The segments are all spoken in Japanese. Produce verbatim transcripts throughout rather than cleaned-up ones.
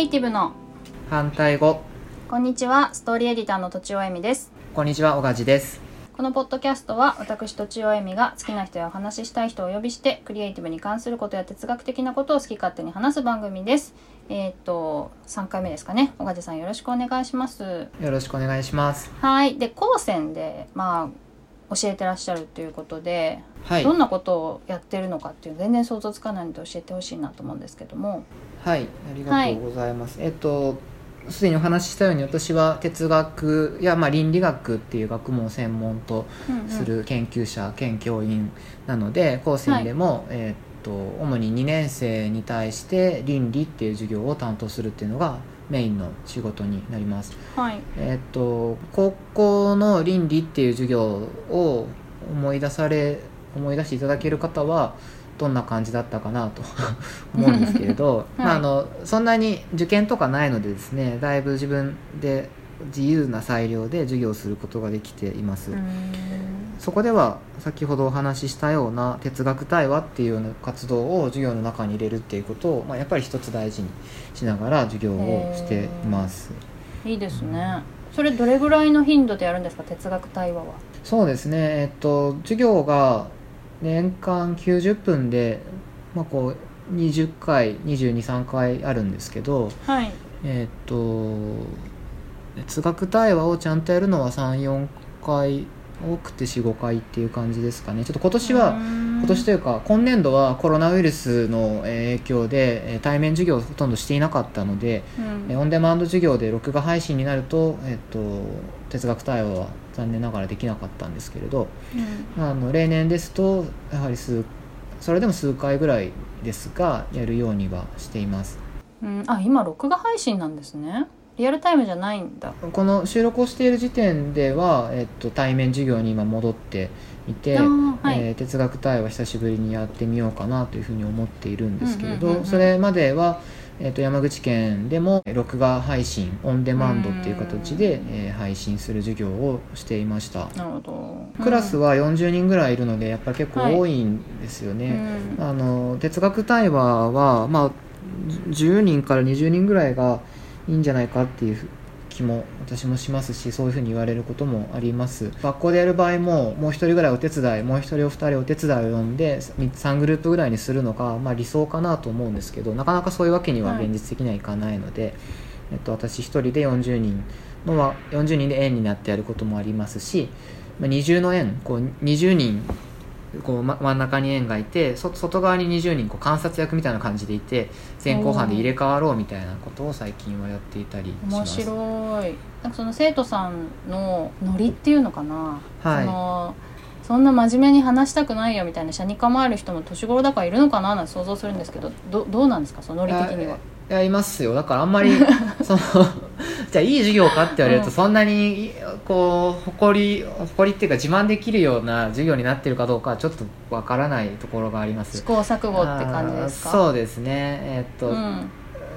エイティブの反対語。 こんにちは、ストーリーエディターのとちおえみです。 こんにちは、小賀地です。 このポッドキャストは私とちおえみが好きな人やお話ししたい人をお呼びしてクリエイティブに関することや哲学的なことを好き勝手に話す番組です。えっとさんかいめですかね。小賀地さんよろしくお願いします。 よろしくお願いします。 はい。で、高専でまあ教えてらっしゃるということで、 はい、 どんなことをやってるのかっていう全然想像つかないので教えてほしいなと思うんですけども。 はい、ありがとうございます。はい、えっとすでにお話ししたように私は哲学や、まあ、倫理学っていう学問を専門とする研究者、うんうん、兼教員なので、高専でも、はい、えー、っと主ににねん生に対して倫理っていう授業を担当するっていうのがメインの仕事になります。 はい、 えー、っと高校の倫理っていう授業を思い出され思い出していただける方はどんな感じだったかなと思うんですけれど、はい、まあ、あのそんなに受験とかないのでですね、だいぶ自分で自由な裁量で授業をすることができています。そこでは先ほどお話ししたような哲学対話っていうような活動を授業の中に入れるっていうことを、まあ、やっぱり一つ大事にしながら授業をしています。 いいですね。それどれぐらいの頻度でやるんですか、哲学対話は。 そうですね、えっと、授業が年間きゅうじゅっぷんで、まあ、こうにじゅっかいにじゅうに、さんかいあるんですけど、 はい、えっと哲学対話をちゃんとやるのはさん、よんかい、多くて よん、ごかいっていう感じですかね。ちょっと今年は今年というか今年度はコロナウイルスの影響で対面授業をほとんどしていなかったので、うん、オンデマンド授業で録画配信になると、えっと、哲学対話は残念ながらできなかったんですけれど、うん、あの例年ですとやはり数それでも数回ぐらいですがやるようにはしています。 うん、あ、今録画配信なんですね。リアルタイムじゃないんだ。 この収録をしている時点では、えっと、対面授業に今戻っていて、はい、えー、哲学対話久しぶりにやってみようかなというふうに思っているんですけれど、うんうんうんうん、それまでは、えっと、山口県でも録画配信オンデマンドっていう形で、えー、配信する授業をしていました。 なるほど、うん、 クラスはよんじゅうにんぐらいいるのでやっぱり結構多いんですよね、はい、あの哲学対話は、まあ、じゅうにんからにじゅうにんぐらいがいいんじゃないかっていう気も私もしますし、そういうふうに言われることもあります。学校でやる場合ももう一人ぐらいお手伝いもう一人お二人お手伝いを呼んでさんグループぐらいにするのが、まあ、理想かなと思うんですけど、なかなかそういうわけには現実的にはいかないので、はい、えっと、私一人でよんじゅうにんのよんじゅうにんで円になってやることもありますし、二重の円こうにじゅうにんこう真ん中に円がいて外側ににじゅうにんこう観察役みたいな感じでいて前後半で入れ替わろうみたいなことを最近はやっていたりします。 面白い。なんかその生徒さんのノリっていうのかな、はい、そのそんな真面目に話したくないよみたいな車に構える人も年頃だからいるのかななんて想像するんですけど、 ど, どうなんですか、そのノリ的には。 いやいますよ。だからあんまりそのじゃあいい授業かって言われると、そんなにこう誇り誇りっていうか自慢できるような授業になっているかどうかはちょっとわからないところがあります。 試行錯誤って感じですか。 そうですね、えーっとうん、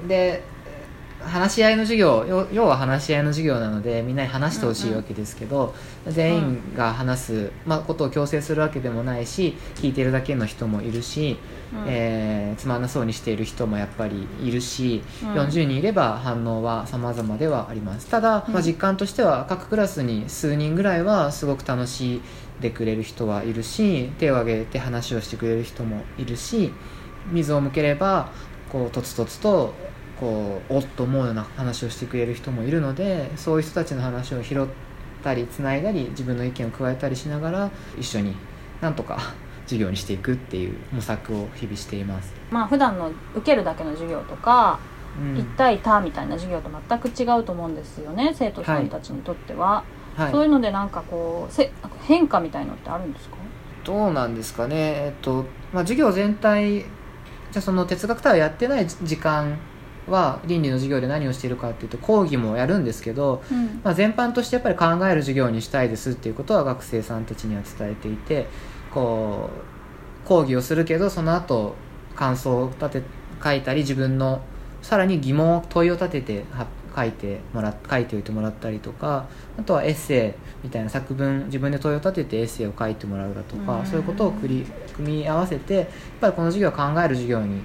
で話し合いの授業、要は話し合いの授業なのでみんなに話してほしいわけですけど、うんうん、全員が話す、まあ、ことを強制するわけでもないし、聞いてるだけの人もいるし、うん、えー、つまんなそうにしている人もやっぱりいるし、うん、よんじゅうにんいれば反応は様々ではあります。ただ、まあ、実感としては各クラスに数人ぐらいはすごく楽しんでくれる人はいるし、手を挙げて話をしてくれる人もいるし、水を向ければこうとつとつとこうおっと思うような話をしてくれる人もいるので、そういう人たちの話を拾ったりつないだり自分の意見を加えたりしながら一緒になんとか授業にしていくっていう模索を日々しています。 まあ普段の受けるだけの授業とか、うん、いち対多みたいな授業と全く違うと思うんですよね、生徒さんたちにとっては、はい、そういうのでなんかこうせなんか変化みたいのってあるんですか。 どうなんですかね、えっとまあ、授業全体じゃその哲学対話やってない時間は倫理の授業で何をしているかっていうと講義もやるんですけど、うん、まあ、全般としてやっぱり考える授業にしたいですっていうことは学生さんたちには伝えていて、こう講義をするけどその後感想を立て書いたり自分のさらに疑問問いを立てて書いてもら書いておいてもらったりとか、あとはエッセイみたいな作文自分で問いを立ててエッセイを書いてもらうだとか、そういうことを組み合わせてやっぱりこの授業は考える授業に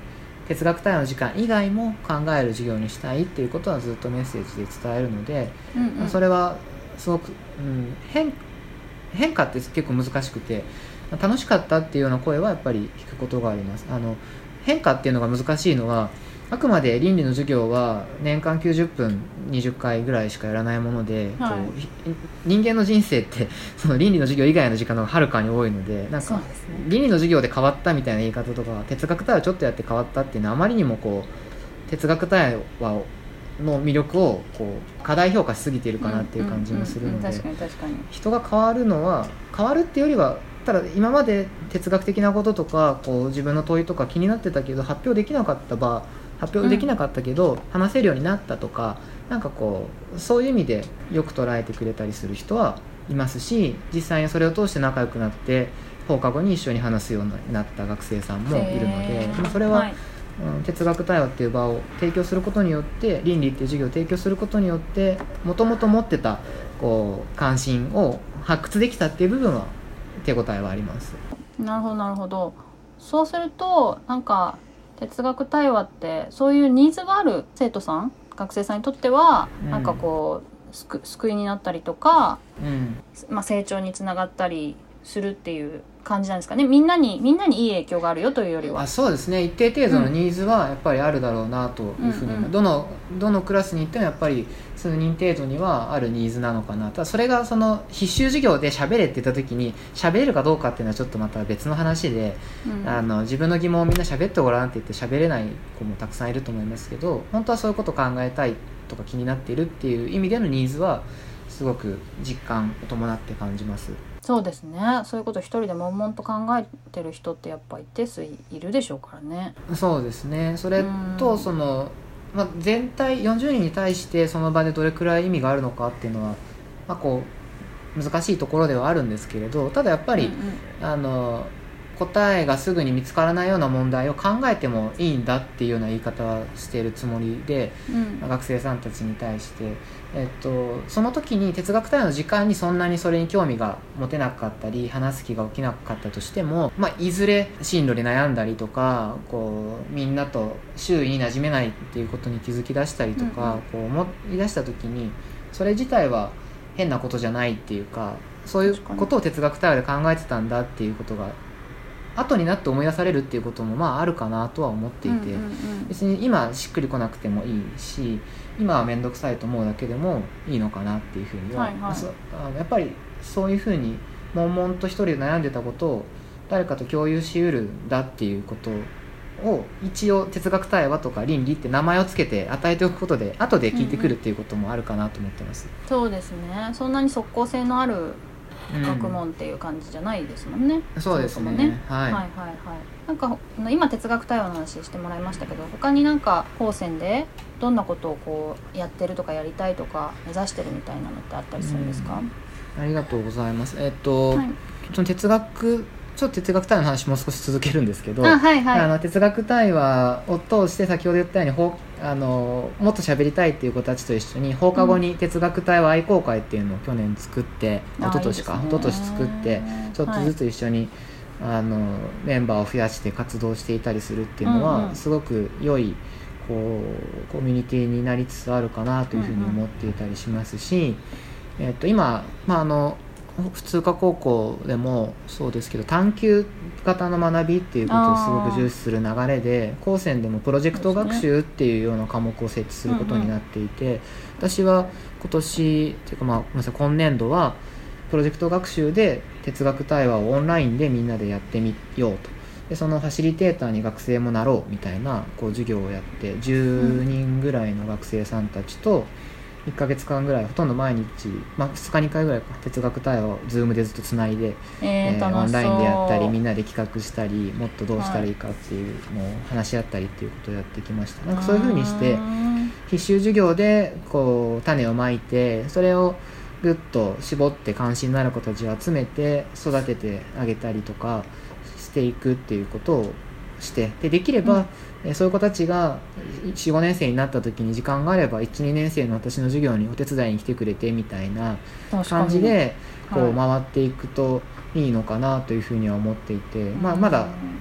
哲学対話の時間以外も考える授業にしたいっていうことはずっとメッセージで伝えるので、うんうん、それはすごく、うん、変, 変化って結構難しくて、楽しかったっていうような声はやっぱり聞くことがあります。あの変化っていうのが難しいのは、あくまで倫理の授業は年間きゅうじゅっぷんにじゅっかいぐらいしかやらないもので、はい、こう人間の人生ってその倫理の授業以外の時間の方がはるかに多いので、なんか倫理の授業で変わったみたいな言い方とか、哲学対話ちょっとやって変わったっていうのはあまりにもこう哲学対話の魅力をこう過大評価しすぎているかなっていう感じもするので、人が変わるのは変わるっていうよりは、ただ今まで哲学的なこととかこう自分の問いとか気になってたけど発表できなかった場発表できなかったけど、うん、話せるようになったとか、なんかこうそういう意味でよく捉えてくれたりする人はいますし、実際にそれを通して仲良くなって放課後に一緒に話すようになった学生さんもいるので、それは、はい、うん、哲学対話っていう場を提供することによって、倫理っていう授業を提供することによってもともと持ってたこう関心を発掘できたっていう部分は手応えはあります。 なるほどなるほど。そうするとなんか哲学対話ってそういうニーズがある生徒さん学生さんにとっては、うん、なんかこう救、救いになったりとか、うんまあ、成長につながったりするっていう感じなんですかね。みんなにみんなにいい影響があるよというよりは。 あ、そうですね。一定程度のニーズはやっぱりあるだろうなというふうに、うんうん、どのどのクラスに行ってもやっぱり数人程度にはあるニーズなのかな。ただそれがその必修授業で喋れって言った時に喋れるかどうかっていうのはちょっとまた別の話で、うん、あの自分の疑問をみんな喋ってごらんって言って喋れない子もたくさんいると思いますけど、本当はそういうことを考えたいとか気になっているっていう意味でのニーズはすごく実感を伴って感じます。 そうですね。そういうことを一人で悶々と考えてる人ってやっぱ一定数いるでしょうからね。 そうですね。それとその、まあ、全体よんじゅうにんに対してその場でどれくらい意味があるのかっていうのは、まあ、こう難しいところではあるんですけれど、ただやっぱり、うんうん、あの答えがすぐに見つからないような問題を考えてもいいんだっていうような言い方はしているつもりで、うん、学生さんたちに対して、えっと、その時に哲学対話の時間にそんなにそれに興味が持てなかったり話す気が起きなかったとしても、まあ、いずれ進路で悩んだりとかこうみんなと周囲に馴染めないっていうことに気づき出したりとか、うんうん、こう思い出した時にそれ自体は変なことじゃないっていうか、そういうことを哲学対話で考えてたんだっていうことが後になって思い出されるっていうこともまああるかなとは思っていて、うんうんうん、別に今しっくりこなくてもいいし、今は面倒くさいと思うだけでもいいのかなっていうふうには、はいはい、あのやっぱりそういうふうに悶々と一人で悩んでたことを誰かと共有しうるんだっていうことを一応哲学対話とか倫理って名前をつけて与えておくことで後で聞いてくるっていうこともあるかなと思ってます、 うんうん、そうですね。そんなに即効性のある学問っていう感じじゃないですもんね、 うん、そうですね、ね、はい、はいはいはい。 なんか今哲学対話の話してもらいましたけど、他になんか高専でどんなことをこうやってるとかやりたいとか目指してるみたいなのってあったりするんですか？ うん、ありがとうございます。えっと、はい、その哲学ちょっと哲学対話の話もう少し続けるんですけど、あ、はいはい、あの哲学対話を通して先ほど言ったようにあのもっと喋りたいっていう子たちと一緒に放課後に哲学対話愛好会っていうのを去年作って、うん、一昨年か、一昨年作ってちょっとずつ一緒に、はい、あのメンバーを増やして活動していたりするっていうのは、うんうん、すごく良いこうコミュニティになりつつあるかなというふうに思っていたりしますし、うんうん、えっと、今、まあ、あの普通科高校でもそうですけど探究型の学びっていうことをすごく重視する流れで、高専でもプロジェクト学習っていうような科目を設置することになっていて、うんうん、私は今年というか、まあ、ごめんなさい、今年度はプロジェクト学習で哲学対話をオンラインでみんなでやってみようと。でそのファシリテーターに学生もなろうみたいなこう授業をやってじゅうにんぐらいの学生さんたちといっかげつかんぐらいほとんど毎日、まあ、ふつかにかいぐらいか哲学対話を Zoom でずっとつないで、 えーえー、 オンラインでやったりみんなで企画したりもっとどうしたらいいかっていうのを話し合ったりっていうことをやってきました。なんかそういう風にして必修授業でこう種をまいてそれをぐっと絞って関心のある子たちを集めて育ててあげたりとかしていくっていうことをしてでできれば、うん、そういう子たちが よん、ごねん生になった時に時間があればいち、にねん生の私の授業にお手伝いに来てくれてみたいな感じでこう回っていくといいのかなというふうには思っていて、まあ、まだ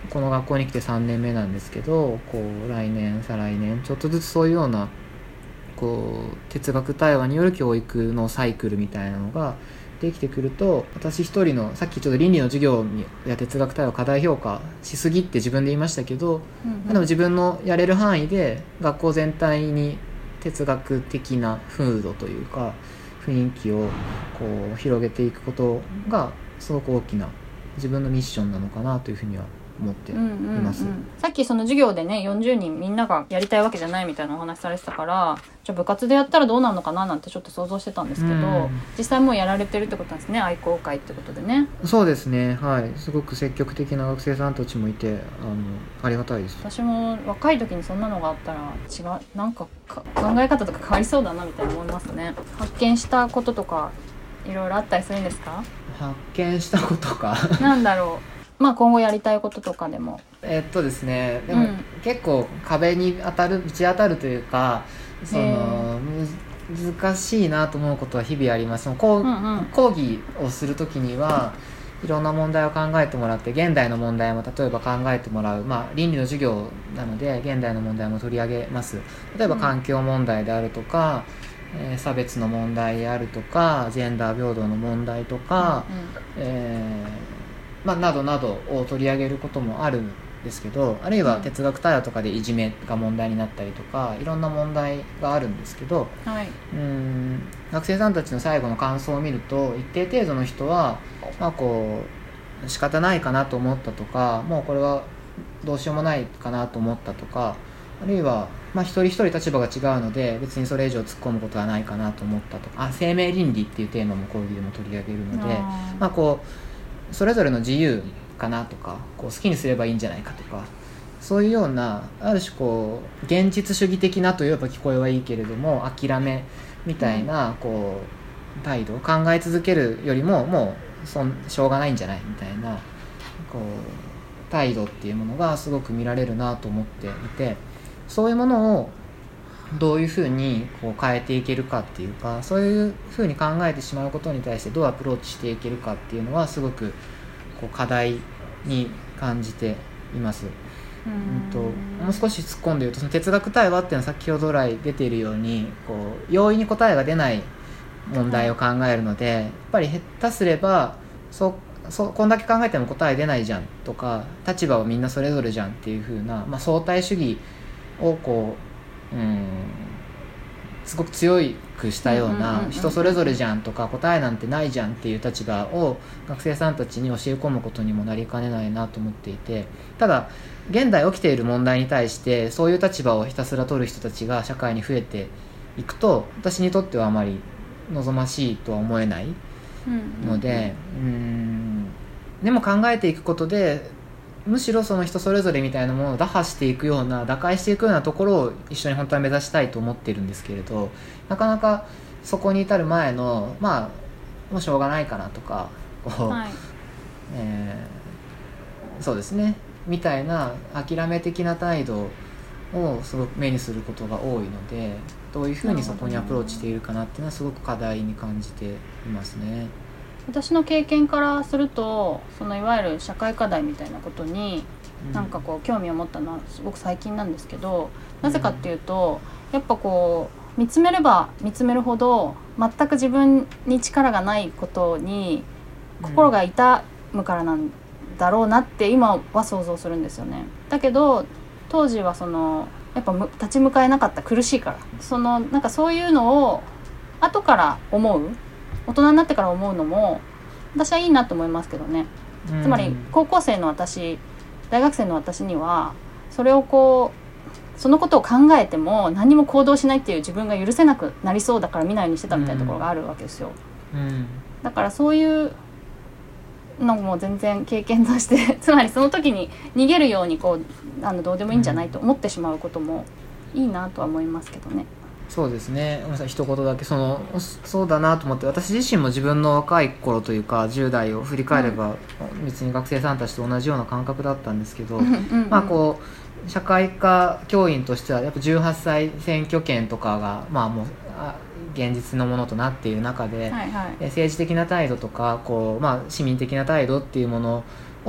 この学校に来てさんねんめなんですけど、こう来年再来年ちょっとずつそういうようなこう哲学対話による教育のサイクルみたいなのができてくると、私一人のさっきちょっと倫理の授業や哲学対話過大評価しすぎって自分で言いましたけど、うんうん、でも自分のやれる範囲で学校全体に哲学的な風土というか雰囲気をこう広げていくことがすごく大きな自分のミッションなのかなというふうには思っています、うんうんうん、 さっきその授業でねよんじゅうにんみんながやりたいわけじゃないみたいなお話されてたから、じゃあ部活でやったらどうなるのかななんてちょっと想像してたんですけど、うん、実際もうやられてるってことなんですね、愛好会ってことでね。 そうですね、はい、すごく積極的な学生さんたちもいて、あのありがたいです。 私も若い時にそんなのがあったら違うなんかか考え方とか変わりそうだなみたいな思いますね。発見したこととかいろいろあったりするんですか？ 発見したことかなんだろう、まあ今後やりたいこととかでも。 えっとですねでも、うん、結構壁に当たる打ち当たるというか、その難しいなと思うことは日々あります。その講、うんうん、講義をするときにはいろんな問題を考えてもらって、現代の問題も例えば考えてもらう、まあ、倫理の授業なので現代の問題も取り上げます。例えば環境問題であるとか、うんえー、差別の問題であるとかジェンダー平等の問題とか、うんうんえーまあ、などなどを取り上げることもあるですけど、あるいは哲学対話とかでいじめが問題になったりとかいろんな問題があるんですけど、 はい、 うーん学生さんたちの最後の感想を見ると一定程度の人は、まあ、こう仕方ないかなと思ったとか、もうこれはどうしようもないかなと思ったとか、あるいは、まあ、一人一人立場が違うので別にそれ以上突っ込むことはないかなと思ったとか、あ生命倫理っていうテーマも講義でも取り上げるので、あまあ、こうそれぞれの自由かなとか、こう好きにすればいいんじゃないかとか、そういうようなある種こう現実主義的なといえば聞こえはいいけれども諦めみたいなこう態度を考え続けるよりももうそんしょうがないんじゃないみたいなこう態度っていうものがすごく見られるなと思っていて、そういうものをどういうふうにこう変えていけるかっていうか、そういうふうに考えてしまうことに対してどうアプローチしていけるかっていうのはすごくこう課題に感じています。うんともう少し突っ込んで言うと、その哲学対話っていうのは先ほど来出ているようにこう容易に答えが出ない問題を考えるので、やっぱり下手すればそそこんだけ考えても答え出ないじゃんとか、立場はみんなそれぞれじゃんっていう風な、まあ、相対主義をこう、うん、すごく強くしたような、人それぞれじゃんとか答えなんてないじゃんっていう立場を学生さんたちに教え込むことにもなりかねないなと思っていて、ただ現代起きている問題に対してそういう立場をひたすら取る人たちが社会に増えていくと、私にとってはあまり望ましいとは思えないので、うーんでも考えていくことでむしろその人それぞれみたいなものを打破していくような、打開していくようなところを一緒に本当は目指したいと思っているんですけれど、なかなかそこに至る前のまあもうしょうがないかなとかこう、はいえー、そうですねみたいな諦め的な態度をすごく目にすることが多いので、どういうふうにそこにアプローチしているかなっていうのはすごく課題に感じていますね。 私の経験からすると、そのいわゆる社会課題みたいなことになんかこう興味を持ったのはすごく最近なんですけど、なぜかっていうとやっぱこう見つめれば見つめるほど全く自分に力がないことに心が痛むからなんだろうなって今は想像するんですよね。だけど当時はそのやっぱ立ち向かえなかった、苦しいから、そのなんかそういうのを後から思う、大人になってから思うのも私はいいなと思いますけどね。つまり高校生の私、大学生の私にはそれをこうそのことを考えても何も行動しないっていう自分が許せなくなりそうだから見ないようにしてたみたいなところがあるわけですよ、うん、だからそういうのも全然経験としてつまりその時に逃げるようにこうあのどうでもいいんじゃないと思ってしまうこともいいなとは思いますけどね。 そうですね、ごめんなさい一言だけ、そのそうだなと思って、私自身も自分の若い頃というかじゅう代を振り返れば、うん、別に学生さんたちと同じような感覚だったんですけど、うんうんうん、まあこう社会科教員としてはやっぱじゅうはっさい選挙権とかがまあもう現実のものとなっている中で、はいはい、政治的な態度とかこう、まあ、市民的な態度っていうもの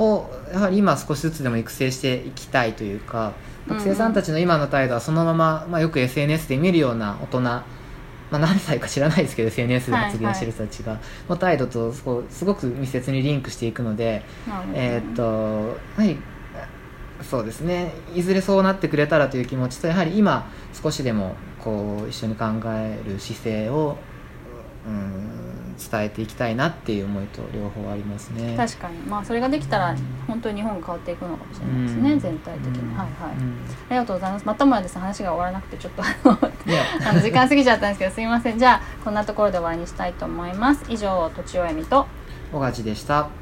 をやはり今少しずつでも育成していきたいというか、学生さんたちの今の態度はそのまま、まあ、よく エスエヌエス で見るような大人、まあ、何歳か知らないですけど エスエヌエス で発言してる人たちが、はいはい、の態度とこうすごく密接にリンクしていくので、えー、っとはい、そうですね、いずれそうなってくれたらという気持ちと、やはり今少しでもこう一緒に考える姿勢を、うん、伝えていきたいなっていう思いと両方ありますね。 確かに、まあ、それができたら本当に日本が変わっていくのかもしれないですね、うん、全体的に、うん、はいはい、うん、ありがとうございます。またまです話が終わらなくてちょっとあの時間過ぎちゃったんですけどすみません。じゃあこんなところで終わりにしたいと思います。以上、とちおえみと小勝でした。